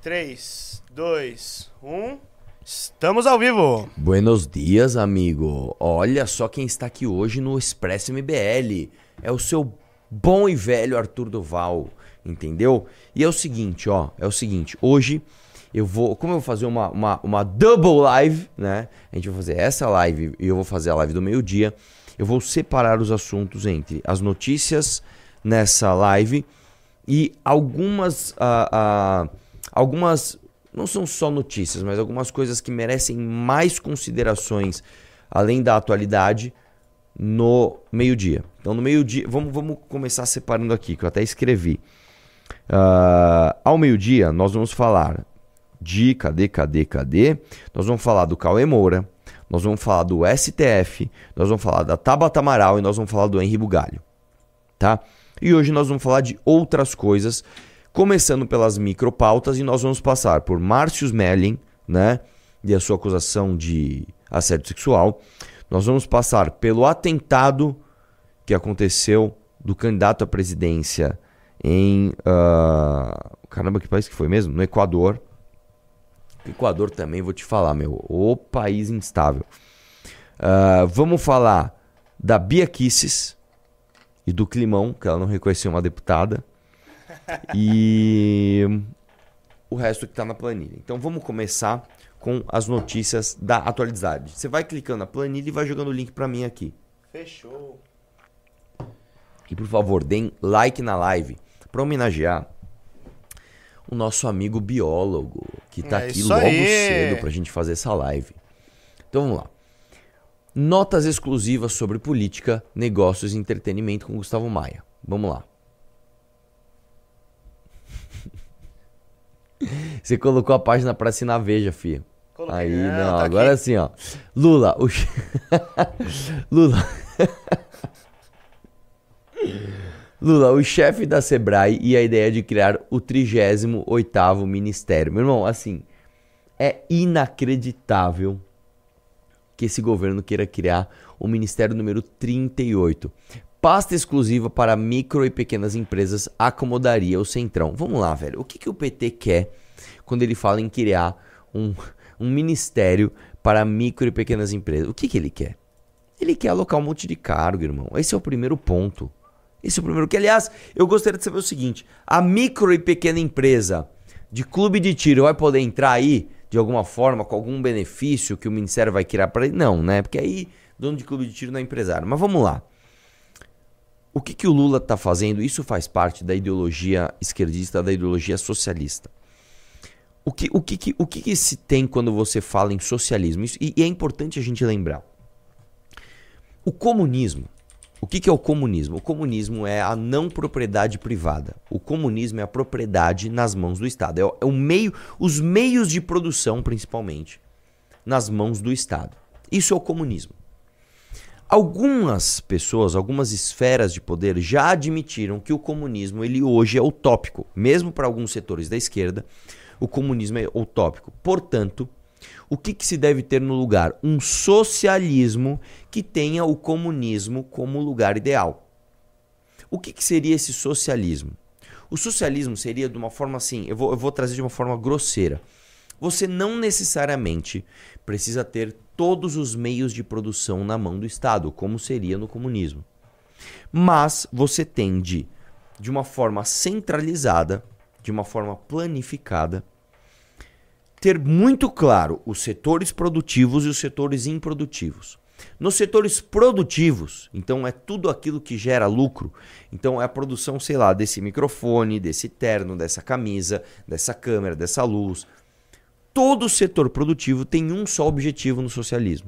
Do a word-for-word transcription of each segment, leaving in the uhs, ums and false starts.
três, dois, um. Estamos ao vivo. Buenos dias, amigo. Olha só quem está aqui hoje no Expresso M B L. É o seu bom e velho Arthur Duval, entendeu? E é o seguinte, ó, é o seguinte, hoje eu vou, como eu vou fazer uma, uma, uma double live, né? A gente vai fazer essa live e eu vou fazer a live do meio-dia. Eu vou separar os assuntos entre as notícias nessa live e algumas, uh, uh, algumas, não são só notícias, mas algumas coisas que merecem mais considerações além da atualidade no meio-dia. Então no meio-dia, vamos, vamos começar separando aqui, que eu até escrevi. Uh, ao meio-dia nós vamos falar de, cadê, cadê, cadê? Nós vamos falar do Cauê Moura, nós vamos falar do S T F, nós vamos falar da Tabata Amaral e nós vamos falar do Henri Bugalho, tá? E hoje nós vamos falar de outras coisas, começando pelas micropautas, e nós vamos passar por Márcio Smelling, né, e a sua acusação de assédio sexual. Nós vamos passar pelo atentado que aconteceu do candidato à presidência em... Uh... Caramba, que país que foi mesmo? No Equador. O Equador também, vou te falar, meu. O país instável. Uh, vamos falar da Bia Kicis e do climão, que ela não reconheceu uma deputada. E o resto que está na planilha. Então vamos começar com as notícias da atualidade. Você vai clicando na planilha e vai jogando o link para mim aqui. Fechou. E por favor, deem like na live para homenagear o nosso amigo biólogo, que está É aqui isso logo aí. cedo para a gente fazer essa live. Então vamos lá. Notas exclusivas sobre política, negócios e entretenimento com Gustavo Maia. Vamos lá. Você colocou a página para assinar Veja, filho. Coloquei. Aí, Não, não, tá agora aqui. sim, ó. Lula, o... che- Lula... Lula, o chefe da Sebrae e a ideia de criar o trigésimo oitavo ministério. Meu irmão, assim, é inacreditável que esse governo queira criar o ministério número trinta e oito. Pasta exclusiva para micro e pequenas empresas acomodaria o Centrão. Vamos lá, velho. O que, que o P T quer quando ele fala em criar um, um ministério para micro e pequenas empresas? O que, que ele quer? Ele quer alocar um monte de cargo, irmão. Esse é o primeiro ponto. Esse é o primeiro. Que, aliás, eu gostaria de saber o seguinte. A micro e pequena empresa de clube de tiro vai poder entrar aí, de alguma forma, com algum benefício que o Ministério vai criar para ele? Não, né? Porque aí, dono de clube de tiro não é empresário. Mas vamos lá. O que, que o Lula está fazendo? Isso faz parte da ideologia esquerdista, da ideologia socialista. O que, o que, que, o que, que se tem quando você fala em socialismo? Isso, e, e é importante a gente lembrar. O comunismo. O que, que é o comunismo? O comunismo é a não propriedade privada. O comunismo é a propriedade nas mãos do Estado. É o, é o meio, os meios de produção, principalmente, nas mãos do Estado. Isso é o comunismo. Algumas pessoas, algumas esferas de poder já admitiram que o comunismo ele hoje é utópico. Mesmo para alguns setores da esquerda, o comunismo é utópico. Portanto, o que, que se deve ter no lugar? Um socialismo que tenha o comunismo como lugar ideal. O que, que seria esse socialismo? O socialismo seria de uma forma assim, eu vou, eu vou trazer de uma forma grosseira. Você não necessariamente precisa ter todos os meios de produção na mão do Estado, como seria no comunismo. Mas você tende, de uma forma centralizada, de uma forma planificada, ter muito claro os setores produtivos e os setores improdutivos. Nos setores produtivos, então é tudo aquilo que gera lucro. Então é a produção, sei lá, desse microfone, desse terno, dessa camisa, dessa câmera, dessa luz. Todo setor produtivo tem um só objetivo no socialismo.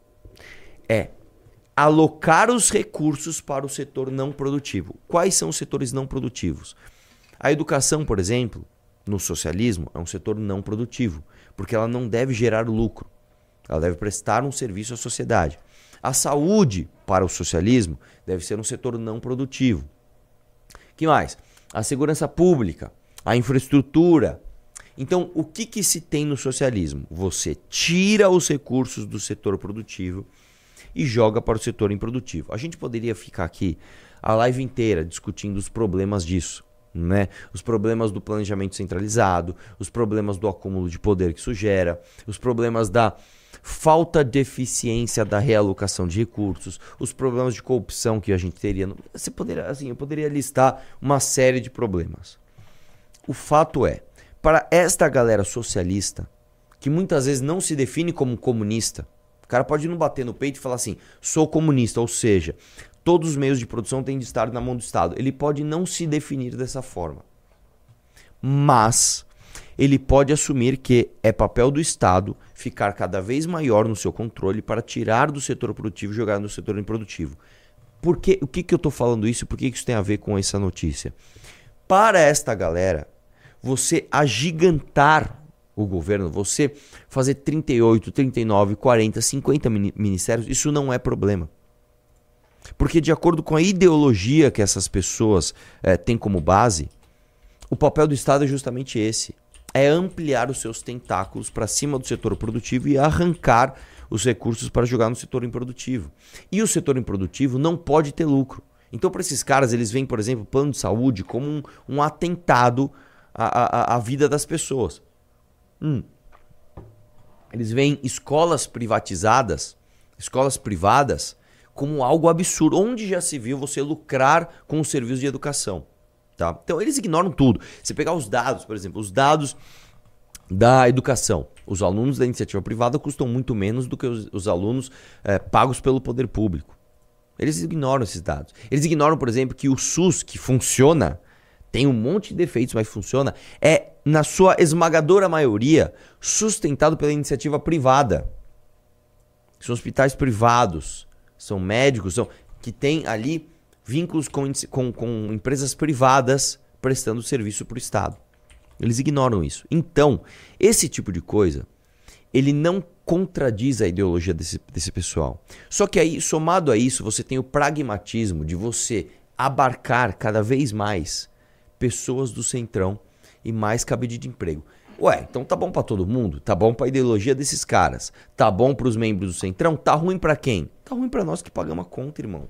É alocar os recursos para o setor não produtivo. Quais são os setores não produtivos? A educação, por exemplo, no socialismo, é um setor não produtivo, porque ela não deve gerar lucro. Ela deve prestar um serviço à sociedade. A saúde, para o socialismo, deve ser um setor não produtivo. Que mais? A segurança pública, a infraestrutura. Então, o que, que se tem no socialismo? Você tira os recursos do setor produtivo e joga para o setor improdutivo. A gente poderia ficar aqui a live inteira discutindo os problemas disso. né? Os problemas do planejamento centralizado, os problemas do acúmulo de poder que isso gera, os problemas da falta de eficiência da realocação de recursos, os problemas de corrupção que a gente teria. Você poderia, assim, eu poderia listar uma série de problemas. O fato é, para esta galera socialista, que muitas vezes não se define como comunista, o cara pode não bater no peito e falar assim, sou comunista, ou seja, todos os meios de produção têm de estar na mão do Estado. Ele pode não se definir dessa forma. Mas ele pode assumir que é papel do Estado ficar cada vez maior no seu controle para tirar do setor produtivo e jogar no setor improdutivo. Por que, o que, que eu estou falando isso? Por que, que isso tem a ver com essa notícia? Para esta galera, você agigantar o governo, você fazer trinta e oito, trinta e nove, quarenta, cinquenta ministérios, isso não é problema. Porque de acordo com a ideologia que essas pessoas é, têm como base, o papel do Estado é justamente esse. É ampliar os seus tentáculos para cima do setor produtivo e arrancar os recursos para jogar no setor improdutivo. E o setor improdutivo não pode ter lucro. Então, para esses caras, eles veem, por exemplo, o plano de saúde como um, um atentado à, à, à vida das pessoas. Hum. Eles veem escolas privatizadas, escolas privadas, como algo absurdo. Onde já se viu você lucrar com o serviço de educação? Tá? Então eles ignoram tudo. Você pegar os dados, por exemplo, os dados da educação. Os alunos da iniciativa privada custam muito menos do que os, os alunos é, pagos pelo poder público. Eles ignoram esses dados. Eles ignoram, por exemplo, que o SUS, que funciona, tem um monte de defeitos, mas funciona, é, na sua esmagadora maioria, sustentado pela iniciativa privada. São hospitais privados, são médicos, são, que têm ali vínculos com, com, com empresas privadas prestando serviço para o Estado. Eles ignoram isso. Então, esse tipo de coisa, ele não contradiz a ideologia desse, desse pessoal. Só que aí, somado a isso, você tem o pragmatismo de você abarcar cada vez mais pessoas do centrão e mais cabide de emprego. Ué, então tá bom para todo mundo? Tá bom para a ideologia desses caras? Tá bom para os membros do centrão? Tá ruim para quem? Tá ruim para nós que pagamos a conta, irmão.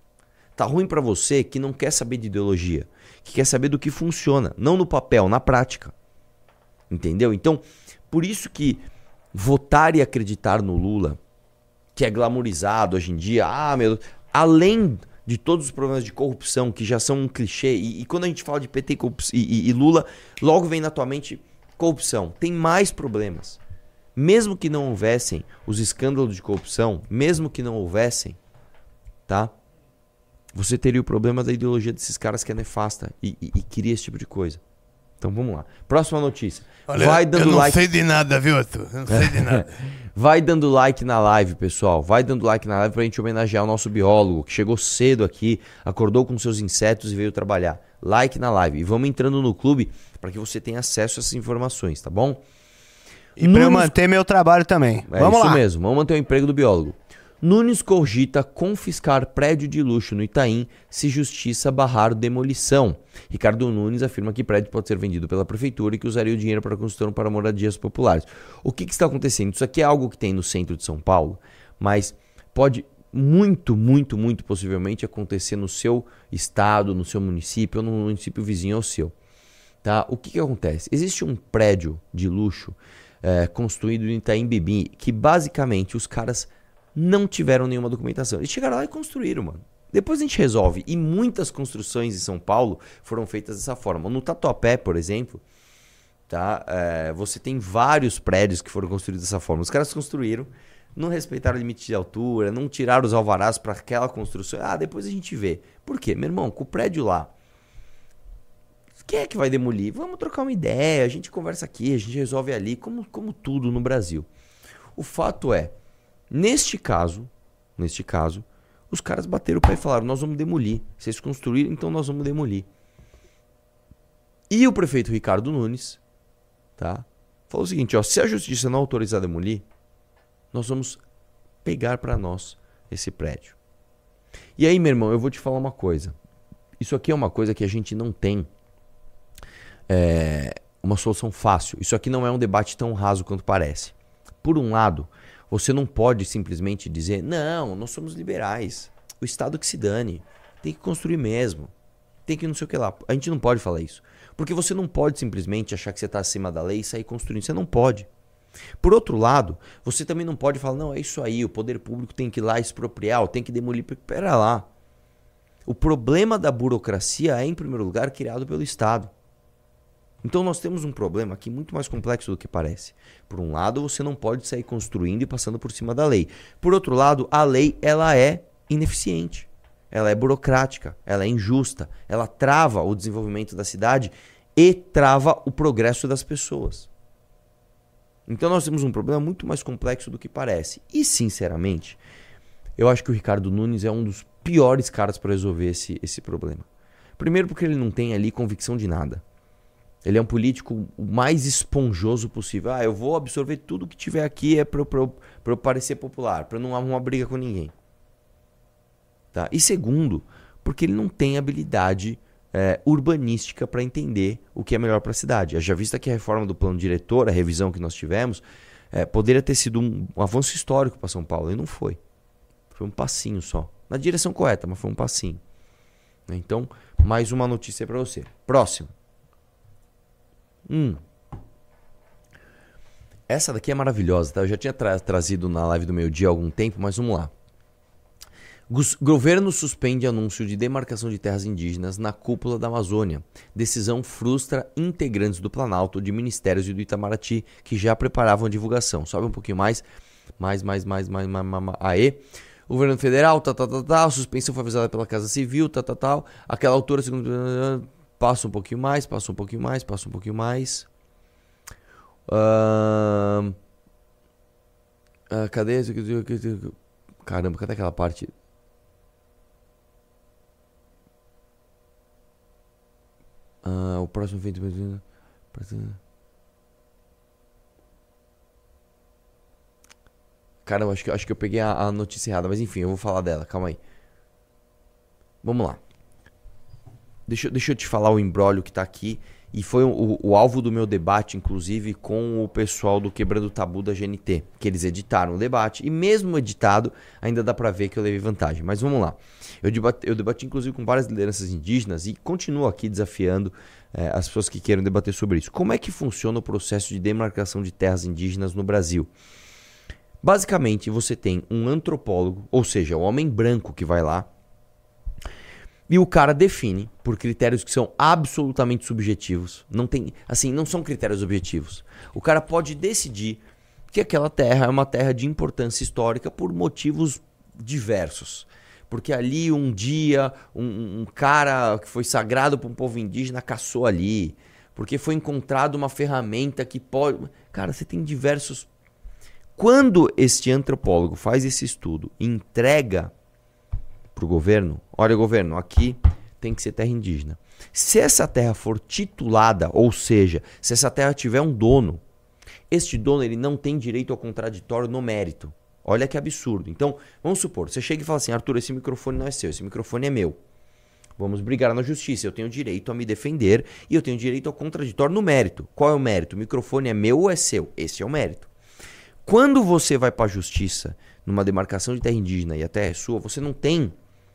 Tá ruim para você que não quer saber de ideologia, que quer saber do que funciona, não no papel, na prática. Entendeu? Então, por isso que votar e acreditar no Lula, que é glamourizado hoje em dia, ah, meu Deus, além de todos os problemas de corrupção, que já são um clichê, e, e quando a gente fala de P T e, e, e Lula, logo vem na tua mente corrupção. Tem mais problemas. Mesmo que não houvessem os escândalos de corrupção, mesmo que não houvessem, tá? Você teria o problema da ideologia desses caras que é nefasta e, e, e queria esse tipo de coisa. Então vamos lá. Próxima notícia. Olha, vai dando eu não like... sei de nada, viu, Arthur? Eu não sei de nada. Vai dando like na live, pessoal. Vai dando like na live pra gente homenagear o nosso biólogo, que chegou cedo aqui, acordou com seus insetos e veio trabalhar. Like na live. E vamos entrando no clube para que você tenha acesso a essas informações, tá bom? E Nunes... para eu manter meu trabalho também. É vamos isso lá. mesmo. Vamos manter o emprego do biólogo. Nunes cogita confiscar prédio de luxo no Itaim se justiça barrar demolição. Ricardo Nunes afirma que prédio pode ser vendido pela prefeitura e que usaria o dinheiro para construção para moradias populares. O que, que está acontecendo? Isso aqui é algo que tem no centro de São Paulo, mas pode muito, muito, muito possivelmente acontecer no seu estado, no seu município ou no município vizinho ao seu. Tá? O que, que acontece? Existe um prédio de luxo é, construído em Itaim Bibi que basicamente os caras não tiveram nenhuma documentação. Eles chegaram lá e construíram, mano. Depois a gente resolve. E muitas construções em São Paulo foram feitas dessa forma. No Tatuapé, por exemplo, tá? É, você tem vários prédios que foram construídos dessa forma. Os caras construíram, não respeitaram o limite de altura, não tiraram os alvarás para aquela construção. Ah, depois a gente vê. Por quê? Meu irmão, com o prédio lá, quem é que vai demolir? Vamos trocar uma ideia, a gente conversa aqui, a gente resolve ali, como, como tudo no Brasil. O fato é, Neste caso, neste caso, os caras bateram o pé e falaram, nós vamos demolir. Vocês construíram, então nós vamos demolir. E o prefeito Ricardo Nunes, tá, falou o seguinte, ó, se a justiça não autorizar demolir, nós vamos pegar para nós esse prédio. E aí, meu irmão, eu vou te falar uma coisa. Isso aqui é uma coisa que a gente não tem é, uma solução fácil. Isso aqui não é um debate tão raso quanto parece. Por um lado, você não pode simplesmente dizer, não, nós somos liberais, o Estado que se dane, tem que construir mesmo. tem que não sei o que lá. A gente não pode falar isso. Porque você não pode simplesmente achar que você está acima da lei e sair construindo. Você não pode. Por outro lado, você também não pode falar, não, é isso aí, o poder público tem que ir lá expropriar, tem que demolir. Pera lá. O problema da burocracia é, em primeiro lugar, criado pelo Estado. Então nós temos um problema aqui muito mais complexo do que parece. Por um lado, você não pode sair construindo e passando por cima da lei. Por outro lado, a lei ela é ineficiente. Ela é burocrática, ela é injusta, ela trava o desenvolvimento da cidade e trava o progresso das pessoas. Então nós temos um problema muito mais complexo do que parece. E, sinceramente, eu acho que o Ricardo Nunes é um dos piores caras para resolver esse, esse problema. Primeiro porque ele não tem ali convicção de nada. Ele é um político o mais esponjoso possível. Ah, eu vou absorver tudo que tiver aqui é para eu, pra eu, pra eu parecer popular, para eu não arrumar briga com ninguém. Tá? E segundo, porque ele não tem habilidade é, urbanística para entender o que é melhor para a cidade. Já vista que a reforma do plano diretor, a revisão que nós tivemos, é, poderia ter sido um, um avanço histórico para São Paulo, e não foi. Foi um passinho só. Na direção correta, mas foi um passinho. Então, mais uma notícia para você. Próximo. Hum. Essa daqui é maravilhosa, tá? Eu já tinha tra- trazido na live do meio-dia há algum tempo, mas vamos lá. Governo suspende anúncio de demarcação de terras indígenas na cúpula da Amazônia. Decisão frustra integrantes do Planalto, de ministérios e do Itamaraty que já preparavam a divulgação. Sobe um pouquinho mais. Mais, mais, mais, mais, mais, mais, mais. Aê. O governo federal, tá, tá, tá, tá. A suspensão foi avisada pela Casa Civil, tá, tá, tá. Aquela altura, segundo... Passa um pouquinho mais, passa um pouquinho mais, passa um pouquinho mais. Uh... Uh, cadê? Caramba, cadê aquela parte? Uh, o próximo evento. Cara, eu acho que, acho que eu peguei a, a notícia errada, mas enfim, eu vou falar dela, calma aí. Vamos lá. Deixa, deixa eu te falar o imbróglio que tá aqui. E foi o, o alvo do meu debate, inclusive, com o pessoal do Quebrando o Tabu da G N T. Que eles editaram o debate. E mesmo editado, ainda dá pra ver que eu levei vantagem. Mas vamos lá. Eu debati, eu debati inclusive, com várias lideranças indígenas. E continuo aqui desafiando eh, as pessoas que queiram debater sobre isso. Como é que funciona o processo de demarcação de terras indígenas no Brasil? Basicamente, você tem um antropólogo, ou seja, o homem branco que vai lá. E o cara define, por critérios que são absolutamente subjetivos, não tem, assim, não são critérios objetivos. O cara pode decidir que aquela terra é uma terra de importância histórica por motivos diversos. Porque ali um dia um, um cara que foi sagrado para um povo indígena caçou ali. Porque foi encontrado uma ferramenta que pode... Cara, você tem diversos... Quando este antropólogo faz esse estudo e entrega para o governo, olha governo, aqui tem que ser terra indígena. Se essa terra for titulada, ou seja, se essa terra tiver um dono, este dono ele não tem direito ao contraditório no mérito. Olha que absurdo. Então, vamos supor, você chega e fala assim, Arthur, esse microfone não é seu, esse microfone é meu. Vamos brigar na justiça, eu tenho direito a me defender e eu tenho direito ao contraditório no mérito. Qual é o mérito? O microfone é meu ou é seu? Esse é o mérito. Quando você vai para a justiça, numa demarcação de terra indígena e a terra é sua, você não tem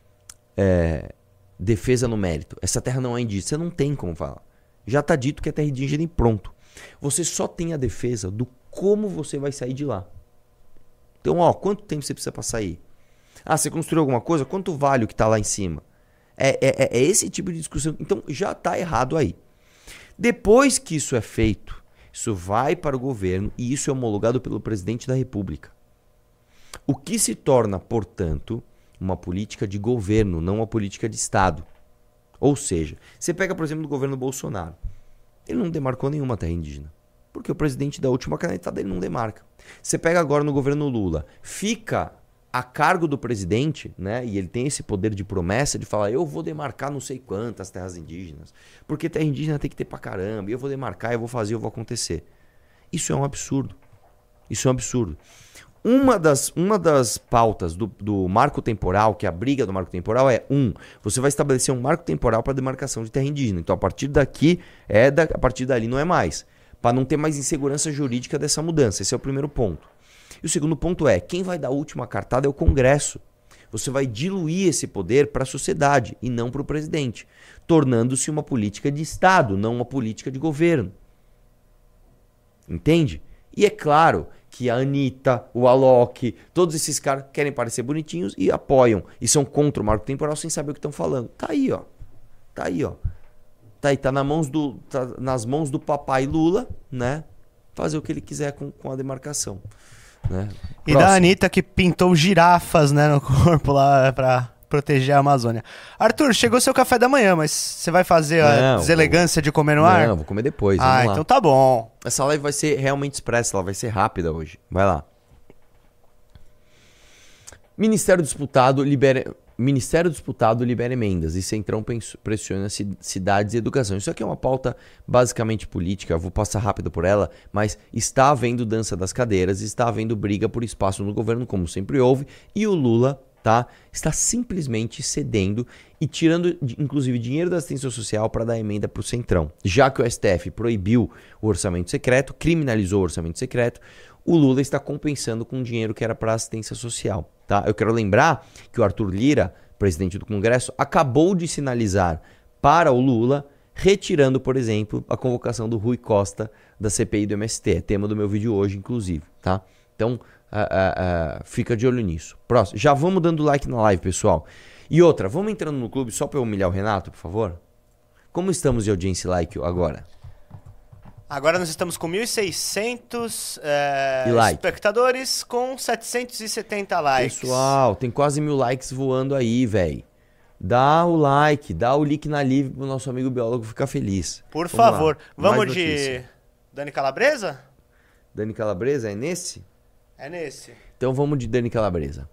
é, defesa no mérito. Essa terra não é indígena, você não tem como falar. Já está dito que é terra indígena e pronto. Você só tem a defesa do como você vai sair de lá. Então, ó, quanto tempo você precisa para sair? Ah, você construiu alguma coisa? Quanto vale o que está lá em cima? É, é, é esse tipo de discussão. Então, já está errado aí. Depois que isso é feito, isso vai para o governo e isso é homologado pelo presidente da República. O que se torna, portanto, uma política de governo, não uma política de Estado. Ou seja, você pega, por exemplo, o governo Bolsonaro. Ele não demarcou nenhuma terra indígena. Porque o presidente da última canetada ele não demarca. Você pega agora no governo Lula, fica a cargo do presidente, né? E ele tem esse poder de promessa de falar, eu vou demarcar não sei quantas terras indígenas, porque terra indígena tem que ter pra caramba, e eu vou demarcar, eu vou fazer, eu vou acontecer. Isso é um absurdo. Isso é um absurdo. Uma das, uma das pautas do, do marco temporal, que é a briga do marco temporal, é um, você vai estabelecer um marco temporal para demarcação de terra indígena. Então, a partir daqui, é da, a partir dali não é mais. Para não ter mais insegurança jurídica dessa mudança. Esse é o primeiro ponto. E o segundo ponto é, quem vai dar a última cartada é o Congresso. Você vai diluir esse poder para a sociedade e não para o presidente, tornando-se uma política de Estado, não uma política de governo. Entende? E é claro que a Anitta, o Alok, todos esses caras querem parecer bonitinhos e apoiam. E são contra o marco temporal sem saber o que estão falando. Tá aí, ó. Tá aí, ó. Tá aí, tá, na mãos do, tá nas mãos do papai Lula, né? Fazer o que ele quiser com, com a demarcação. Né? E da Anitta que pintou girafas, né, no corpo lá pra proteger a Amazônia. Arthur, chegou seu café da manhã, mas você vai fazer a Não, deselegância vou... de comer no ar? Não, vou comer depois. Ah, vamos lá. então tá bom. Essa live vai ser realmente expressa, ela vai ser rápida hoje. Vai lá. Ministério disputado libera... Ministério disputado libera emendas e Centrão pressiona cidades e educação. Isso aqui é uma pauta basicamente política, eu vou passar rápido por ela, mas está havendo dança das cadeiras, está havendo briga por espaço no governo, como sempre houve, e o Lula, tá, está simplesmente cedendo e tirando, inclusive, dinheiro da assistência social para dar emenda para o Centrão. Já que o S T F proibiu o orçamento secreto, criminalizou o orçamento secreto, o Lula está compensando com dinheiro que era para assistência social. Tá? Eu quero lembrar que o Arthur Lira, presidente do Congresso, acabou de sinalizar para o Lula, retirando, por exemplo, a convocação do Rui Costa da C P I do M S T. É tema do meu vídeo hoje, inclusive. Tá? Então, uh, uh, uh, fica de olho nisso. Próximo. Já vamos dando like na live, pessoal. E outra, vamos entrando no clube só para eu humilhar o Renato, por favor? Como estamos de audiência e like agora? Agora nós estamos com mil e seiscentos é, E like. espectadores com setecentos e setenta likes. Pessoal, tem quase mil likes voando aí, velho. Dá o like, dá o link na live pro nosso amigo biólogo ficar feliz. Por Vamos favor. lá. Vamos Mais de notícia. Dani Calabresa? Dani Calabresa, é nesse? É nesse. Então vamos de Dani Calabresa.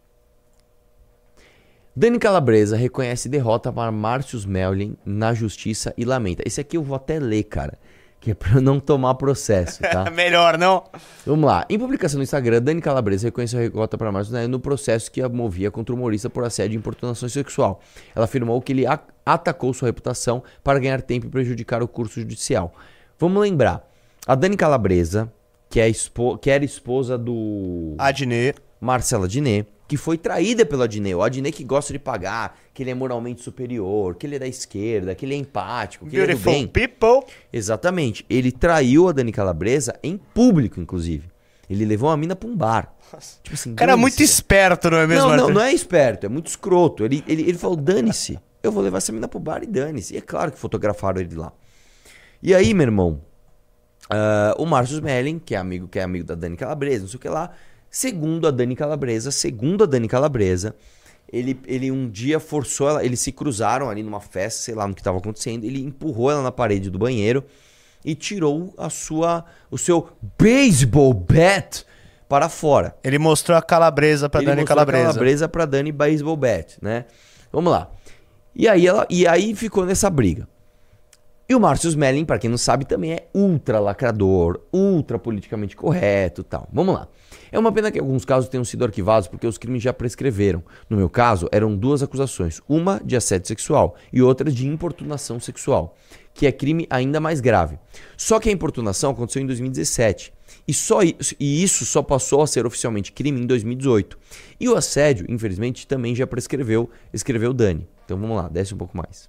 Dani Calabresa reconhece derrota para Márcio Smelling na justiça e lamenta. Esse aqui eu vou até ler, cara. Que é pra eu não tomar processo, tá? Melhor, não? Vamos lá. Em publicação no Instagram, Dani Calabresa reconheceu a derrota para Márcio Smelling no processo que a movia contra o humorista por assédio e importunação sexual. Ela afirmou que ele a- atacou sua reputação para ganhar tempo e prejudicar o curso judicial. Vamos lembrar. A Dani Calabresa, que, é espo- que era esposa do... Adnet. Marcela Diné, que foi traída pelo Adnet. O Adnet que gosta de pagar, que ele é moralmente superior, que ele é da esquerda, que ele é empático, que ele é do Beautiful bem. people. Exatamente. Ele traiu a Dani Calabresa em público, inclusive. Ele levou a mina pra um bar. Tipo assim, O cara é dane-se, muito velho. esperto, não é mesmo, Não, não, Arthur? não é esperto, é muito escroto. Ele, ele, ele falou, dane-se, eu vou levar essa mina pro bar e dane-se. E é claro que fotografaram ele lá. E aí, meu irmão, uh, o Márcio Smelling, que é amigo, que é amigo da Dani Calabresa, não sei o que lá, segundo a Dani Calabresa, segundo a Dani Calabresa, ele, ele um dia forçou ela, eles se cruzaram ali numa festa, sei lá no que estava acontecendo, ele empurrou ela na parede do banheiro e tirou a sua, o seu baseball bat para fora. Ele mostrou a calabresa pra Ele Dani mostrou Calabresa. a calabresa pra Dani baseball bat, né? Vamos lá. E aí, ela, e aí ficou nessa briga. E o Márcio Smelling, pra quem não sabe, também é ultra lacrador, ultra politicamente correto e tal. Vamos lá. É uma pena que alguns casos tenham sido arquivados porque os crimes já prescreveram. No meu caso, eram duas acusações. Uma de assédio sexual e outra de importunação sexual, que é crime ainda mais grave. Só que a importunação aconteceu em dois mil e dezessete. E, só isso, e isso só passou a ser oficialmente crime em dois mil e dezoito. E o assédio, infelizmente, também já prescreveu, escreveu Dani. Então vamos lá, desce um pouco mais.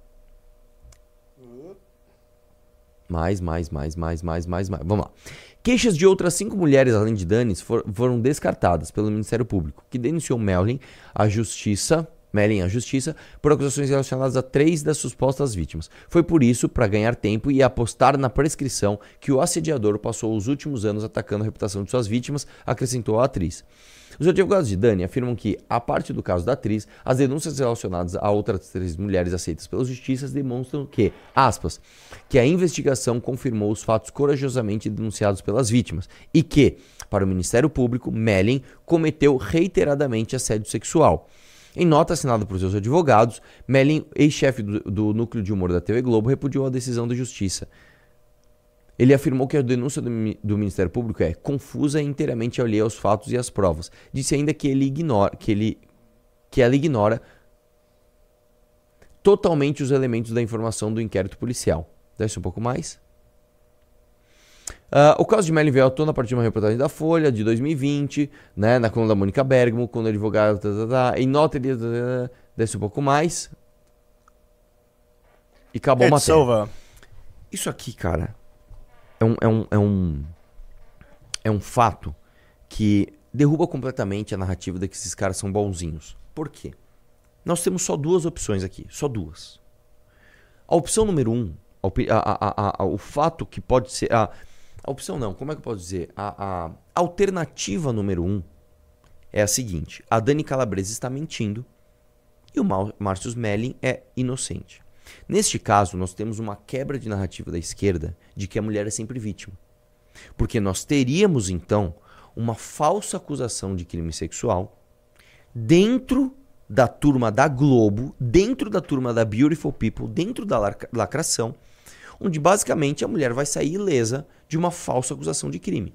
Mais, mais, mais, mais, mais, mais, mais. Vamos lá. Queixas de outras cinco mulheres, além de Dani, for, foram descartadas pelo Ministério Público, que denunciou Melling à Justiça, Melling à Justiça, por acusações relacionadas a três das supostas vítimas. Foi por isso, para ganhar tempo e apostar na prescrição, que o assediador passou os últimos anos atacando a reputação de suas vítimas, acrescentou a atriz. Os advogados de Dani afirmam que, a parte do caso da atriz, as denúncias relacionadas a outras três mulheres aceitas pelas justiças demonstram que, aspas, que a investigação confirmou os fatos corajosamente denunciados pelas vítimas e que, para o Ministério Público, Melling cometeu reiteradamente assédio sexual. Em nota assinada por seus advogados, Melling, ex-chefe do, do núcleo de humor da T V Globo, repudiou a decisão da justiça. Ele afirmou que a denúncia do, do Ministério Público é confusa e inteiramente alheia aos fatos e às provas. Disse ainda que ele ignora, que ele, que ela ignora totalmente os elementos da informação do inquérito policial. Desce um pouco mais. Uh, o caso de Melin veio à tona a partir de uma reportagem da Folha, de dois mil e vinte, né, na coluna da Mônica Bergamo, quando o advogado... Tá, tá, tá, em nota, ele tá, tá, desce um pouco mais. E acabou a matéria. Silva. Isso aqui, cara, é um, é, um, é, um, é um fato que derruba completamente a narrativa de que esses caras são bonzinhos. Por quê? Nós temos só duas opções aqui, só duas. A opção número um, a, a, a, a, o fato que pode ser... A, a opção não, como é que eu posso dizer? A, a alternativa número um é a seguinte. A Dani Calabresa está mentindo e o Márcio Smelling é inocente. Neste caso, nós temos uma quebra de narrativa da esquerda de que a mulher é sempre vítima. Porque nós teríamos, então, uma falsa acusação de crime sexual dentro da turma da Globo, dentro da turma da Beautiful People, dentro da lacração, onde basicamente a mulher vai sair ilesa de uma falsa acusação de crime.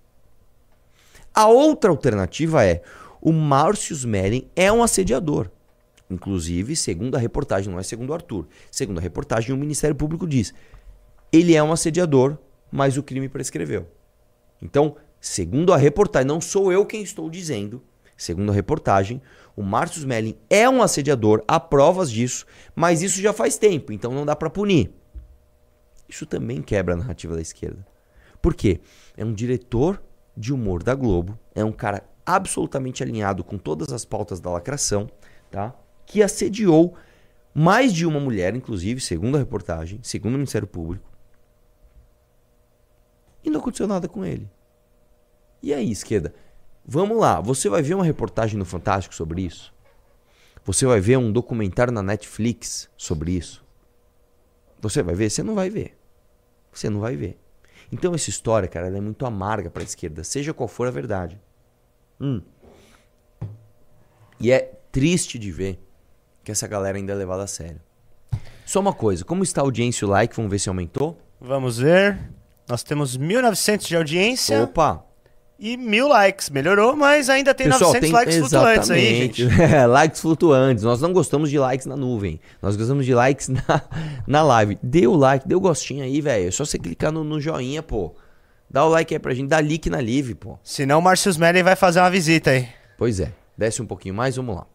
A outra alternativa é: o Márcio Smelling é um assediador. Inclusive, segundo a reportagem, não é segundo o Arthur, segundo a reportagem, o Ministério Público diz: ele é um assediador, mas o crime prescreveu. Então, segundo a reportagem, não sou eu quem estou dizendo, segundo a reportagem, o Márcio Smelling é um assediador, há provas disso, mas isso já faz tempo, então não dá para punir. Isso também quebra a narrativa da esquerda. Por quê? É um diretor de humor da Globo, é um cara absolutamente alinhado com todas as pautas da lacração, tá? Que assediou mais de uma mulher, inclusive, segundo a reportagem, segundo o Ministério Público, e não aconteceu nada com ele. E aí, esquerda? Vamos lá, você vai ver uma reportagem no Fantástico sobre isso? Você vai ver um documentário na Netflix sobre isso? Você vai ver? Você não vai ver. Você não vai ver. Então essa história, cara, ela é muito amarga para a esquerda, seja qual for a verdade. Hum. E é triste de ver que essa galera ainda é levada a sério. Só uma coisa, como está a audiência e o like? Vamos ver se aumentou? Vamos ver. Nós temos mil e novecentos de audiência. Opa! E mil likes. Melhorou, mas ainda tem Pessoal, novecentos tem... likes flutuantes aí, gente. Likes flutuantes. Nós não gostamos de likes na nuvem. Nós gostamos de likes na, na live. Dê o like, dê o gostinho aí, velho. É só você clicar no, no joinha, pô. Dá o like aí pra gente. Dá like na live, pô. Senão o Márcio Smelling vai fazer uma visita aí. Pois é. Desce um pouquinho mais, vamos lá.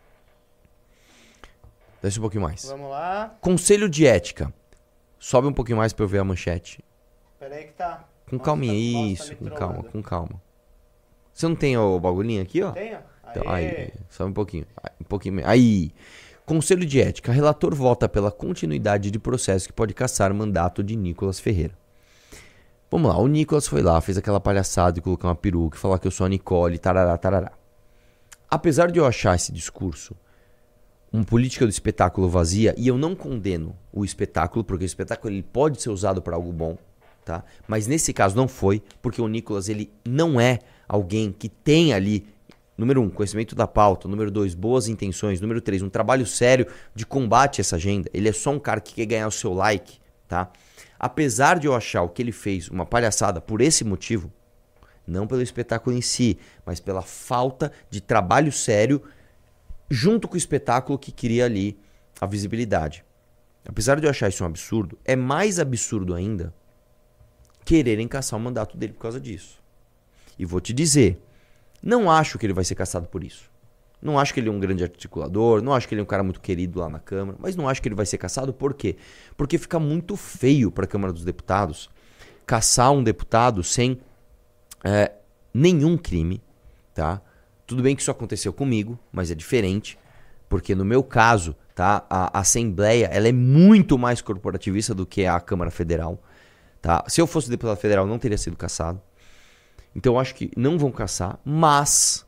Desce um pouquinho mais. Vamos lá. Conselho de ética. Sobe um pouquinho mais pra eu ver a manchete. Pera aí que tá... Com calminha, isso. Com calma, com calma. Você não tem o bagulhinho aqui, ó? Tenho. Então, aí, só um pouquinho. Um pouquinho. Aí. Conselho de ética. Relator vota pela continuidade de processo que pode cassar mandato de Nicolas Ferreira. Vamos lá. O Nicolas foi lá, fez aquela palhaçada de colocar uma peruca e falar que eu sou a Nicole, tarará, tarará. Apesar de eu achar esse discurso uma política do espetáculo vazia, e eu não condeno o espetáculo, porque o espetáculo ele pode ser usado para algo bom, tá? Mas nesse caso não foi, porque o Nicolas ele não é alguém que tem ali, número um, conhecimento da pauta, número dois, boas intenções, número três, um trabalho sério de combate a essa agenda. Ele é só um cara que quer ganhar o seu like, tá? Apesar de eu achar o que ele fez uma palhaçada por esse motivo, não pelo espetáculo em si, mas pela falta de trabalho sério junto com o espetáculo que queria ali a visibilidade. Apesar de eu achar isso um absurdo, é mais absurdo ainda quererem caçar o mandato dele por causa disso. E vou te dizer, não acho que ele vai ser caçado por isso. Não acho que ele é um grande articulador, não acho que ele é um cara muito querido lá na Câmara, mas não acho que ele vai ser caçado. Por quê? Porque fica muito feio para a Câmara dos Deputados caçar um deputado sem é, nenhum crime, tá? Tudo bem que isso aconteceu comigo, mas é diferente, porque no meu caso, tá, a Assembleia ela é muito mais corporativista do que a Câmara Federal. Tá? Se eu fosse deputado federal, não teria sido caçado. Então eu acho que não vão caçar, mas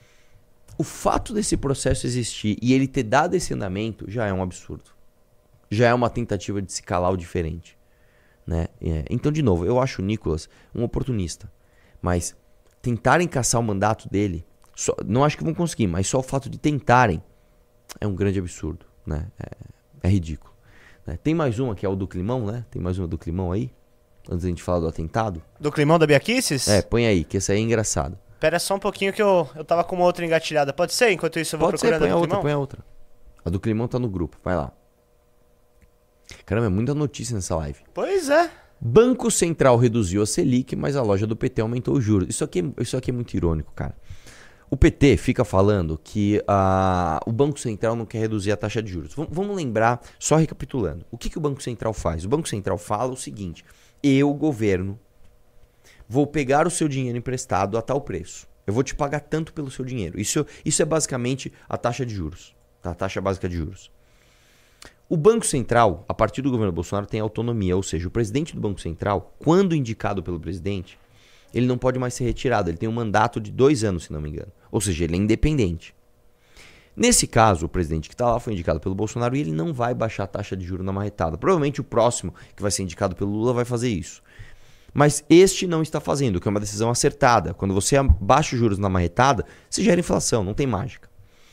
o fato desse processo existir e ele ter dado esse andamento já é um absurdo. Já é uma tentativa de se calar o diferente. Né? É, então, de novo, eu acho o Nicolas um oportunista. Mas tentarem caçar o mandato dele, só, não acho que vão conseguir, mas só o fato de tentarem é um grande absurdo. Né? É, é ridículo. Né? Tem mais uma que é o do Climão, né? Tem mais uma do Climão aí? Antes da gente falar do atentado. Do Climão da Biaquices? É, põe aí, que esse aí é engraçado. Pera só um pouquinho que eu, eu tava com uma outra engatilhada. Pode ser? Enquanto isso eu vou Pode ser, procurando põe a a do outra, Climão? põe a outra. A do Climão tá no grupo, vai lá. Caramba, é muita notícia nessa live. Pois é. Banco Central reduziu a Selic, mas a loja do P T aumentou os juros. Isso aqui, isso aqui é muito irônico, cara. O P T fica falando que uh, o Banco Central não quer reduzir a taxa de juros. V- vamos lembrar, só recapitulando. O que, que o Banco Central faz? O Banco Central fala o seguinte: eu, governo, vou pegar o seu dinheiro emprestado a tal preço. Eu vou te pagar tanto pelo seu dinheiro. Isso, isso é basicamente a taxa de juros. Tá? A taxa básica de juros. O Banco Central, a partir do governo Bolsonaro, tem autonomia. Ou seja, o presidente do Banco Central, quando indicado pelo presidente, ele não pode mais ser retirado. Ele tem um mandato de dois anos, se não me engano. Ou seja, ele é independente. Nesse caso, o presidente que está lá foi indicado pelo Bolsonaro e ele não vai baixar a taxa de juros na marretada. Provavelmente o próximo, que vai ser indicado pelo Lula, vai fazer isso. Mas este não está fazendo, o que é uma decisão acertada. Quando você baixa os juros na marretada, se gera inflação, não tem mágica.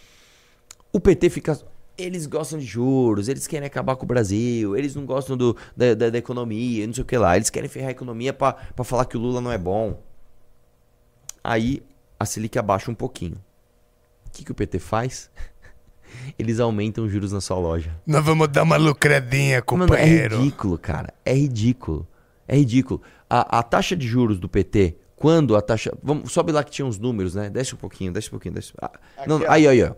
O P T fica... Eles gostam de juros, eles querem acabar com o Brasil, eles não gostam do, da, da, da economia, não sei o que lá. Eles querem ferrar a economia pra, pra falar que o Lula não é bom. Aí a Selic abaixa um pouquinho. O que, que o P T faz? Eles aumentam os juros na sua loja. Nós vamos dar uma lucradinha, companheiro. Mano, é ridículo, cara. É ridículo. É ridículo. A, a taxa de juros do P T, quando a taxa... Vamos, sobe lá que tinha uns números, né? Desce um pouquinho, desce um pouquinho. Desce... Ah, não, aí, aí, ó.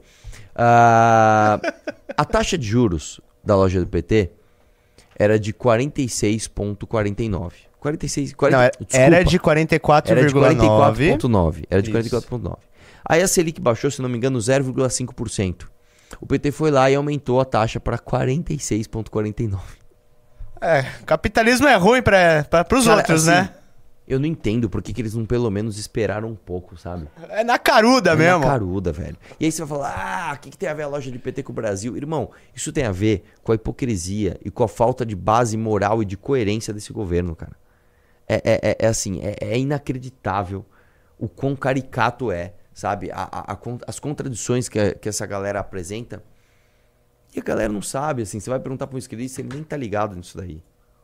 Uh, a taxa de juros da loja do P T era de quarenta e seis vírgula quarenta e nove. quarenta e seis, quarenta, não, era, desculpa, era de quarenta e quatro vírgula nove. Era de quarenta e quatro vírgula nove. Era de quarenta e quatro vírgula nove. Aí a Selic baixou, se não me engano, zero vírgula cinco por cento. O P T foi lá e aumentou a taxa para quarenta e seis vírgula quarenta e nove. É, capitalismo é ruim para os outros, assim, né? Eu não entendo por que, que eles não pelo menos esperaram um pouco, sabe? É na caruda é mesmo. Na caruda, velho. E aí você vai falar, ah, o que, que tem a ver a loja de P T com o Brasil? Irmão, isso tem a ver com a hipocrisia e com a falta de base moral e de coerência desse governo, cara. É, é, é, é assim, é, é inacreditável o quão caricato é, sabe? A, a, a, as contradições que, a, que essa galera apresenta. E a galera não sabe, assim. Você vai perguntar para um esquerdista, ele nem tá ligado nisso daí.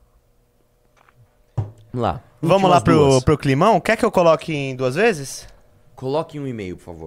Vamos lá. Vamos lá pro, pro climão? Quer que eu coloque em duas vezes? Coloque um e-mail, por favor.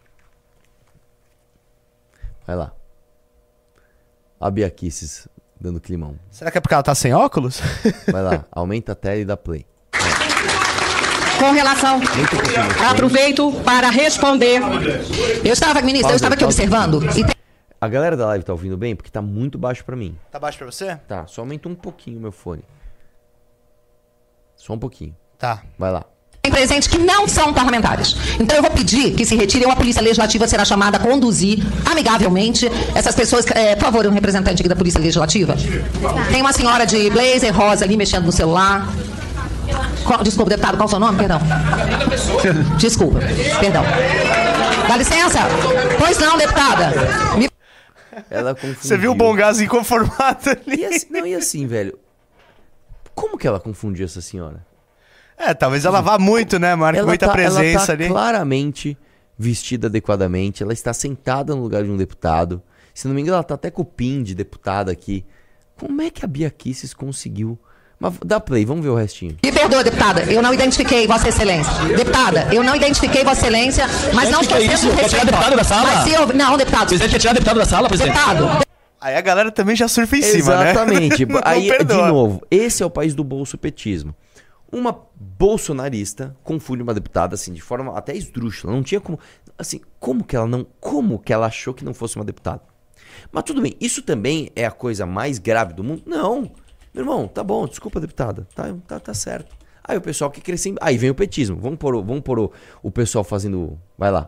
Vai lá. A Bia Kisses dando climão. Será que é porque ela tá sem óculos? Vai lá, aumenta a tela e dá play. Com relação, aproveito para responder. Eu estava, ministro, Pausa, eu estava aqui pausa. observando. E tem... A galera da live tá ouvindo bem? Porque tá muito baixo pra mim. Tá baixo pra você? Tá, só aumenta um pouquinho o meu fone. Só um pouquinho. Tá. Vai lá. Tem presentes que não são parlamentares. Então eu vou pedir que se retirem. A Polícia Legislativa será chamada a conduzir amigavelmente essas pessoas. É, por favor, um representante aqui da Polícia Legislativa. Tem uma senhora de blazer rosa ali mexendo no celular. Qual, desculpa, deputado, qual é o seu nome? Perdão. Desculpa, perdão. Dá licença? Pois não, deputada. Me... Ela confundiu. Você viu o bom gás inconformado ali? E assim, não, e assim, velho. Como que ela confundiu essa senhora? É, talvez ela vá muito, né? Marca Ela muita tá, presença ela tá ali. claramente vestida adequadamente. Ela está sentada no lugar de um deputado. Se não me engano, ela tá até com o pin de deputada aqui. Como é que a Bia Kisses conseguiu? Mas dá play, vamos ver o restinho. Me perdoa, deputada, eu não identifiquei Vossa Excelência. Deputada, eu não identifiquei Vossa Excelência, mas não estou sendo Quer tirar deputado da sala? Mas se eu... Não, deputado. Presidente quer tirar deputado da sala, presidente? Deputado. Aí a galera também já surfa em cima, né? Exatamente. Não Aí, de perdoa. novo, esse é o país do bolsopetismo. Uma bolsonarista confunde uma deputada assim de forma até esdrúxula. Não tinha como, assim, como que ela não, como que ela achou que não fosse uma deputada? Mas tudo bem, isso também é a coisa mais grave do mundo? Não. Meu irmão, tá bom, desculpa, deputada. Tá, tá, tá certo. Aí o pessoal que crescendo, aí vem o petismo. Vamos pôr, o- vamos pôr o, o pessoal fazendo, vai lá.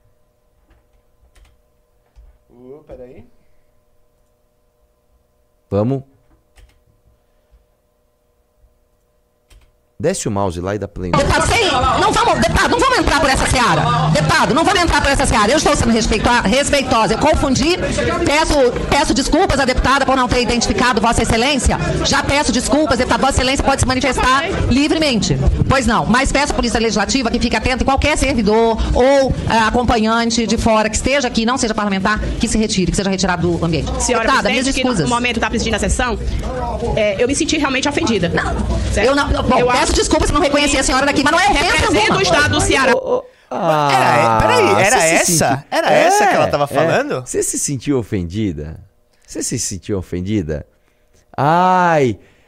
Uh, peraí. Vamos. Desce o mouse lá e dá play. Deputado, sei, não vamos, deputado, não vamos entrar por essa seara. Deputado, não vamos entrar por essa seara. Eu estou sendo respeito- respeitosa. Eu confundi. Peço, peço desculpas à deputada por não ter identificado Vossa Excelência. Já peço desculpas, deputado. Vossa Excelência pode se manifestar livremente. Pois não. Mas peço à Polícia Legislativa que fique atenta e qualquer servidor ou ah, acompanhante de fora que esteja aqui, não seja parlamentar, que se retire, que seja retirado do ambiente. Senhora Deputada, minhas presidente, que escusas. no momento está presidindo a sessão, é, eu me senti realmente ofendida. Certo? Eu não, bom, Eu peço acho desculpas se não reconheci a senhora daqui, mas não é ofensa representa alguma. o estado do Ceará. Ah, Era, peraí, era você se essa? sentiu- Era essa que ela tava falando? Você se sentiu ofendida? Você se sentiu ofendida? Ai,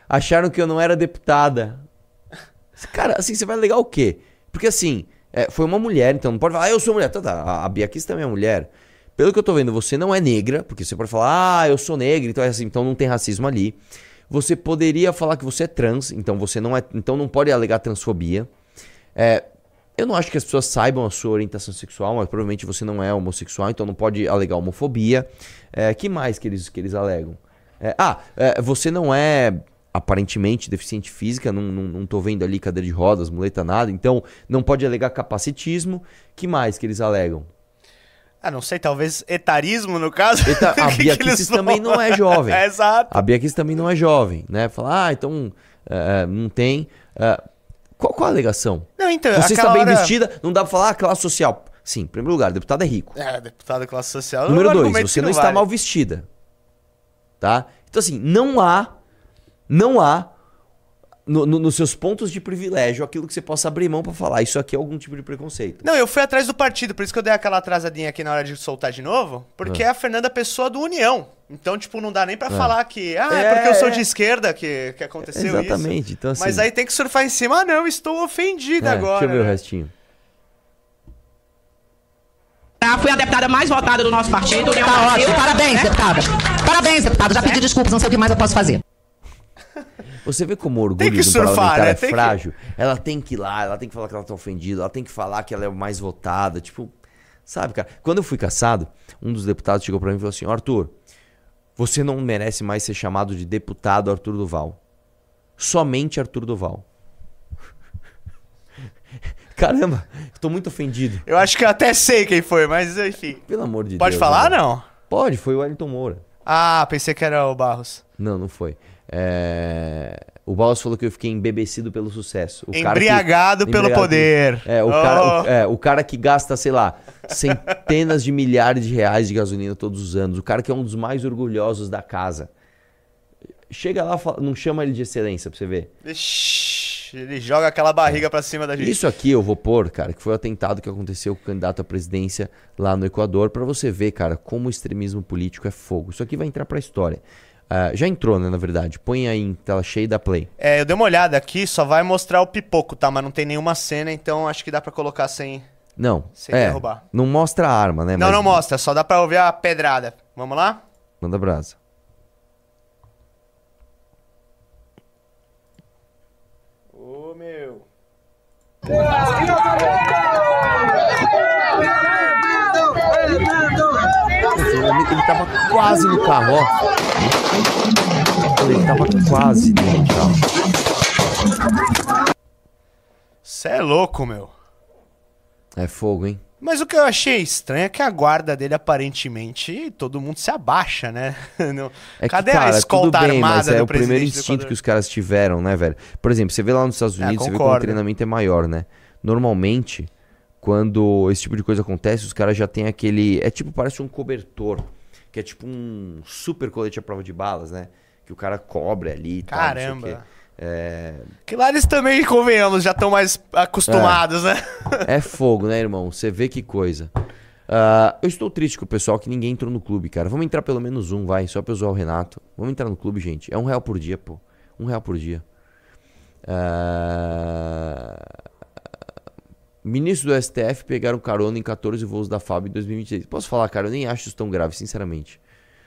acharam que eu não era deputada. Cara, assim, você vai alegar o quê? Porque assim, é, foi uma mulher, então não pode falar, ah, eu sou mulher. Tá, tá, a, a Bia Kicis também é mulher. Pelo que eu tô vendo, você não é negra, porque você pode falar, ah, eu sou negra, então é assim, então não tem racismo ali. Você poderia falar que você é trans, então você não é, então não pode alegar transfobia. É, eu não acho que as pessoas saibam a sua orientação sexual, mas provavelmente você não é homossexual, então não pode alegar homofobia. É, que mais que eles, que eles alegam? É, ah, é, você não é aparentemente deficiente física, não, não, não tô vendo ali cadeira de rodas, muleta, nada, então não pode alegar capacitismo. Que mais que eles alegam? Ah, não sei, talvez etarismo no caso. Eta, a que Bia que Kicis também não é jovem. É, exato. A Bia Kicis também não é jovem, né? Falar, ah, então uh, não tem. Uh, qual, qual a alegação? Não, então, você está bem hora... vestida, não dá pra falar ah, classe social. Sim, em primeiro lugar, deputado é rico. É, deputado de classe social. Número dois, você não, não está vale. mal vestida. Tá? Então, assim, não há, não há no, no, nos seus pontos de privilégio aquilo que você possa abrir mão pra falar. Isso aqui é algum tipo de preconceito. Não, eu fui atrás do partido, por isso que eu dei aquela atrasadinha aqui na hora de soltar de novo, porque é a Fernanda Pessoa do União. Então, tipo, não dá nem pra falar que, ah, é, é porque eu sou de esquerda que, que aconteceu isso. Exatamente. Então, assim, mas aí tem que surfar em cima, ah, não, estou ofendida é, agora. Deixa eu ver né? o restinho. Ah, fui a deputada mais votada do nosso partido. União Tá Brasil, ótimo, parabéns, né? deputada. Parabéns, deputada. Já pedi desculpas, não sei o que mais eu posso fazer. Você vê como o orgulho Tem que de um surfar, parlamentar né? é Tem que- frágil? Ela tem que ir lá, ela tem que falar que ela tá ofendida, ela tem que falar que ela é mais votada, tipo... Sabe, cara? Quando eu fui cassado, um dos deputados chegou pra mim e falou assim, Arthur, você não merece mais ser chamado de deputado Arthur Duval. Somente Arthur Duval. Caramba, eu tô muito ofendido. Eu acho que eu até sei quem foi, mas enfim. Pelo amor de Pode Deus. falar, né? não? Pode, foi o Wellington Moura. Ah, pensei que era o Barros. Não, não foi. É... O Barros falou que eu fiquei embebecido pelo sucesso. O cara Embriagado que... pelo Embriagado poder. É, o, Oh. cara, o, é, o cara que gasta, sei lá, centenas de milhares de reais de gasolina todos os anos. O cara que é um dos mais orgulhosos da casa. Chega lá, fala- não chama ele de excelência pra você ver. Ixi, ele joga aquela barriga pra cima da gente. Isso aqui eu vou pôr, cara, que foi o atentado que aconteceu com o candidato à presidência lá no Equador, pra você ver, cara, como o extremismo político é fogo. Isso aqui vai entrar pra história. Ah, já entrou, né, na verdade. Põe aí em tela cheia e dá play. É, eu dei uma olhada aqui, só vai mostrar o pipoco, tá? Mas não tem nenhuma cena, então acho que dá pra colocar sem... Não, Sem é, derrubar. não mostra a arma, né? Não, mas não mostra, só dá pra ouvir a pedrada. Vamos lá? Manda brasa. Ô, meu... Ele tava quase no carro, ó. Ele tava quase no carro. Cê é louco, meu. É fogo, hein? Mas o que eu achei estranho é que a guarda dele, aparentemente, todo mundo se abaixa, né? Não- É que, Cadê cara, a escolta tudo bem, armada mas é do o primeiro presidente do instinto Equador? que os caras tiveram, né, velho? Por exemplo, você vê lá nos Estados É, Unidos, você vê como o concordo. treinamento é maior, né? Normalmente, quando esse tipo de coisa acontece, os caras já têm aquele... É tipo, parece um cobertor, que é tipo um super colete à prova de balas, né? Que o cara cobre ali e tal, não sei o Caramba. quê. É... Que lá eles também, convenhamos, já estão mais acostumados, né? É fogo, né, irmão? Você vê que coisa. Ah, eu estou triste com o pessoal que ninguém entrou no clube, cara. Vamos entrar pelo menos um, vai, só pra eu zoar o Renato. Vamos entrar no clube, gente. É um real por dia, pô. Um real por dia. Ah, Ministro do S T F pegaram carona em catorze voos da F A B em dois mil e vinte e seis. Posso falar, cara? Eu nem acho isso tão grave, sinceramente.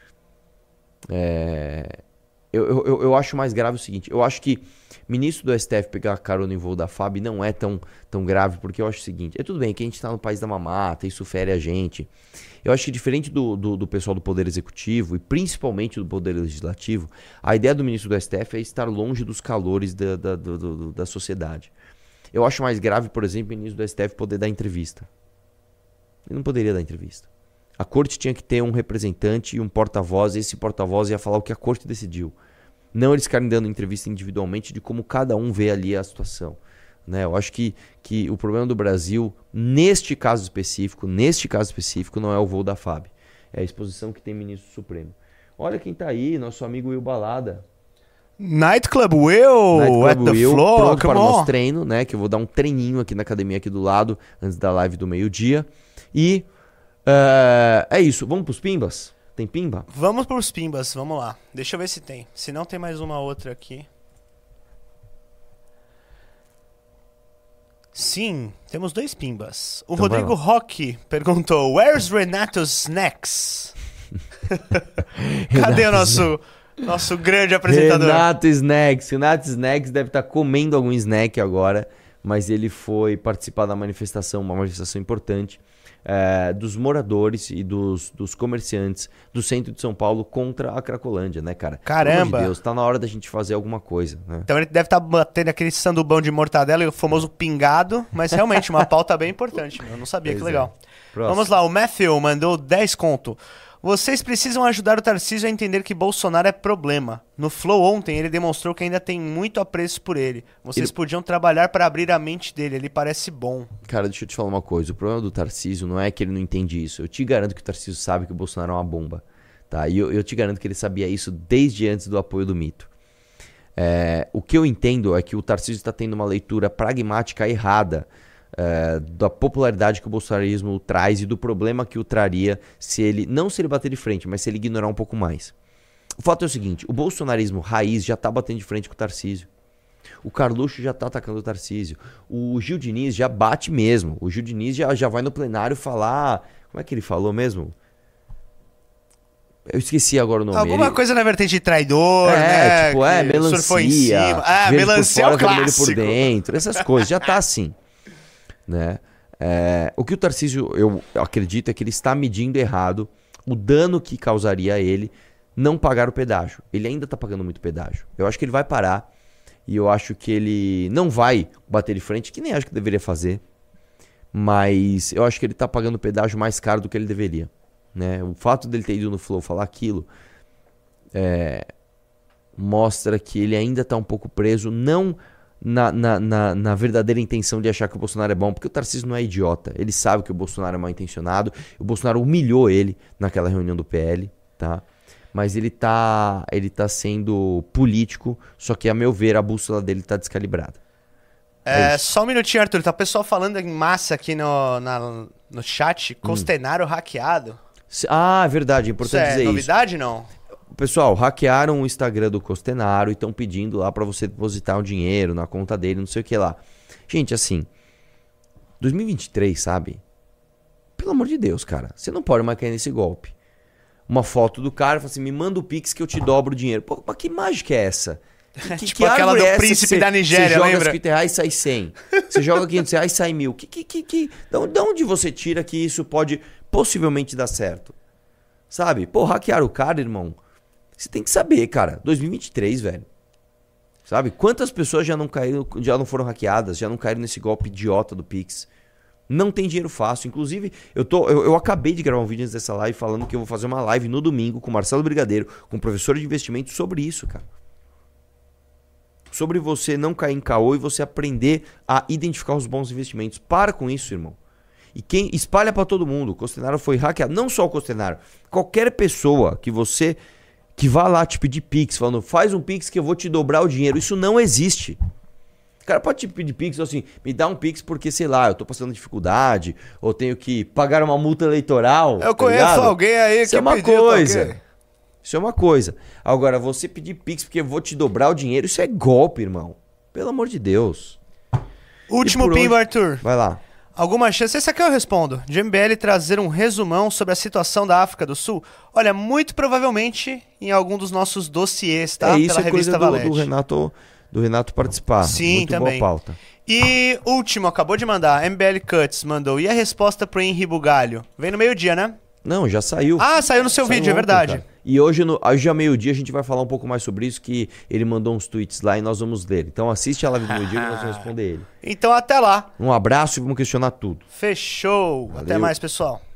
É... Eu, eu, eu- eu acho mais grave o seguinte. Eu acho que ministro do S T F pegar carona em voo da F A B não é tão, tão grave, porque eu acho o seguinte. É tudo bem que a gente tá no país da mamata, isso fere a gente. Eu acho que diferente do, do, do pessoal do Poder Executivo e principalmente do Poder Legislativo, a ideia do ministro do S T F é estar longe dos calores da, da, do- do- da sociedade. Eu acho mais grave, por exemplo, o ministro do S T F poder dar entrevista. Ele não poderia dar entrevista. A corte tinha que ter um representante e um porta-voz, e esse porta-voz ia falar o que a corte decidiu. Não eles ficarem dando entrevista individualmente de como cada um vê ali a situação. Né? Eu acho que, que o problema do Brasil, neste caso específico, neste caso específico, não é o voo da F A B. É a exposição que tem ministro supremo. Olha quem tá aí, nosso amigo Will Balada. Nightclub Will, Nightclub at the Will, floor, pronto come para o on. nosso treino, né? Que eu vou dar um treininho aqui na academia aqui do lado, antes da live do meio-dia. E é, é isso, vamos pros pimbas? Tem pimba? Vamos pros pimbas, vamos lá. Deixa eu ver se tem. Se não, tem mais uma outra aqui. Sim, temos dois pimbas. O Então vai Rodrigo lá. Roque perguntou: Where's Renato's Snacks? Cadê o nosso, nosso grande apresentador? Renato Snacks. Renato Snacks deve estar comendo algum snack agora, mas ele foi participar da manifestação, uma manifestação importante, é, dos moradores e dos, dos comerciantes do centro de São Paulo contra a Cracolândia, né, cara? Caramba! Pelo amor de Deus, tá na hora da gente fazer alguma coisa, né? Então ele deve estar batendo aquele sandubão de mortadela e o famoso pingado, mas realmente uma pauta bem importante, meu. Eu não sabia, Pois que é. legal. Próximo. Vamos lá, o Matthew mandou dez conto. Vocês precisam ajudar o Tarcísio a entender que Bolsonaro é problema. No Flow ontem ele demonstrou que ainda tem muito apreço por ele. Vocês Ele- podiam trabalhar para abrir a mente dele, ele parece bom. Cara, deixa eu te falar uma coisa. O problema do Tarcísio não é que ele não entende isso. Eu te garanto que o Tarcísio sabe que o Bolsonaro é uma bomba. Tá? E eu, eu te garanto que ele sabia isso desde antes do apoio do mito. É, o que eu entendo é que o Tarcísio está tendo uma leitura pragmática errada é, da popularidade que o bolsonarismo traz e do problema que o traria se ele, não se ele bater de frente, mas se ele ignorar um pouco mais. O fato é o seguinte, o bolsonarismo raiz já tá batendo de frente com o Tarcísio. O Carluxo já tá atacando o Tarcísio. O Gil Diniz já bate mesmo. O Gil Diniz já, já vai no plenário falar... Como é que ele falou mesmo? Eu esqueci agora o nome. Alguma ele... coisa na vertente de traidor, É, né? tipo, é, que melancia, surfou em cima. Ah, verde melancia por é o fora, vermelho clássico. por dentro, essas coisas, já tá assim, né? É, o que o Tarcísio, eu acredito, é que ele está medindo errado o dano que causaria a ele não pagar o pedágio. Ele ainda tá pagando muito pedágio. Eu acho que ele vai parar e eu acho que ele não vai bater de frente, que nem acho que deveria fazer, mas eu acho que ele tá pagando pedágio mais caro do que ele deveria. Né? O fato dele ter ido no Flow falar aquilo é, mostra que ele ainda está um pouco preso, não na, na, na, na verdadeira intenção de achar que o Bolsonaro é bom, porque o Tarcísio não é idiota, ele sabe que o Bolsonaro é mal intencionado, o Bolsonaro humilhou ele naquela reunião do P L, tá? Mas ele tá, ele tá sendo político, só que a meu ver a bússola dele tá descalibrada. É, É só um minutinho, Arthur. Tá o pessoal falando em massa aqui no, na, no chat. Costenaro hackeado. Se- Ah, é verdade, é Isso importante é dizer novidade, não? isso. Pessoal, hackearam o Instagram do Costenaro e estão pedindo lá pra você depositar o dinheiro na conta dele, não sei o que lá. Gente, assim, dois mil e vinte e três, sabe? Pelo amor de Deus, cara, você não pode mais cair nesse golpe. Uma foto do cara, fala assim, me manda o Pix que eu te dobro o dinheiro. Pô, mas que mágica é essa? Que, que, Tipo que aquela árvore do é essa príncipe que cê- da Nigéria, Você joga lembra? cinquenta reais e sai cem. Você joga quinhentos reais e sai mil. Que, que, que, que, de onde você tira que isso pode possivelmente dar certo? Sabe? Pô, hackear o cara, irmão. Você tem que saber, cara. dois mil e vinte e três, velho. Sabe? Quantas pessoas já não caíram, já não foram hackeadas, já não caíram nesse golpe idiota do Pix? Não tem dinheiro fácil. Inclusive, eu, tô, eu, eu acabei de gravar um vídeo antes dessa live falando que eu vou fazer uma live no domingo com o Marcelo Brigadeiro, com o professor de investimento, sobre isso, cara. Sobre você não cair em caô e você aprender a identificar os bons investimentos. Para com isso, irmão. E quem espalha pra todo mundo. O Costenaro foi hackeado. Não só o Costenaro. Qualquer pessoa que você... que vá lá te pedir Pix, falando, faz um Pix que eu vou te dobrar o dinheiro. Isso não existe. O cara pode te pedir Pix, assim, me dá um Pix porque, sei lá, eu tô passando dificuldade, ou tenho que pagar uma multa eleitoral. Eu tá conheço ligado? alguém aí Isso que é uma pediu, tá coisa. ok? Isso é uma coisa. Agora, você pedir Pix porque eu vou te dobrar o dinheiro, isso é golpe, irmão. Pelo amor de Deus. Último E por pimba, hoje- Arthur. Vai lá. Alguma chance, esse aqui eu respondo, de M B L trazer um resumão sobre a situação da África do Sul? Olha, muito provavelmente em algum dos nossos dossiês, tá? é isso, Pela é coisa revista do, Valete. do Renato, do Renato participar. Sim, Muito também. boa pauta. E último, acabou de mandar, M B L Cuts mandou. E a resposta pro Henri Bugalho? Vem no meio-dia, né? Não, já saiu. Ah, saiu no seu Saiu vídeo, é ontem, verdade. cara. E hoje, no, hoje ao meio-dia, a gente vai falar um pouco mais sobre isso, que ele mandou uns tweets lá e nós vamos ler. Então assiste a live do meio-dia que nós vamos responder ele. Então até lá. Um abraço e vamos questionar tudo. Fechou. Valeu. Até mais, pessoal.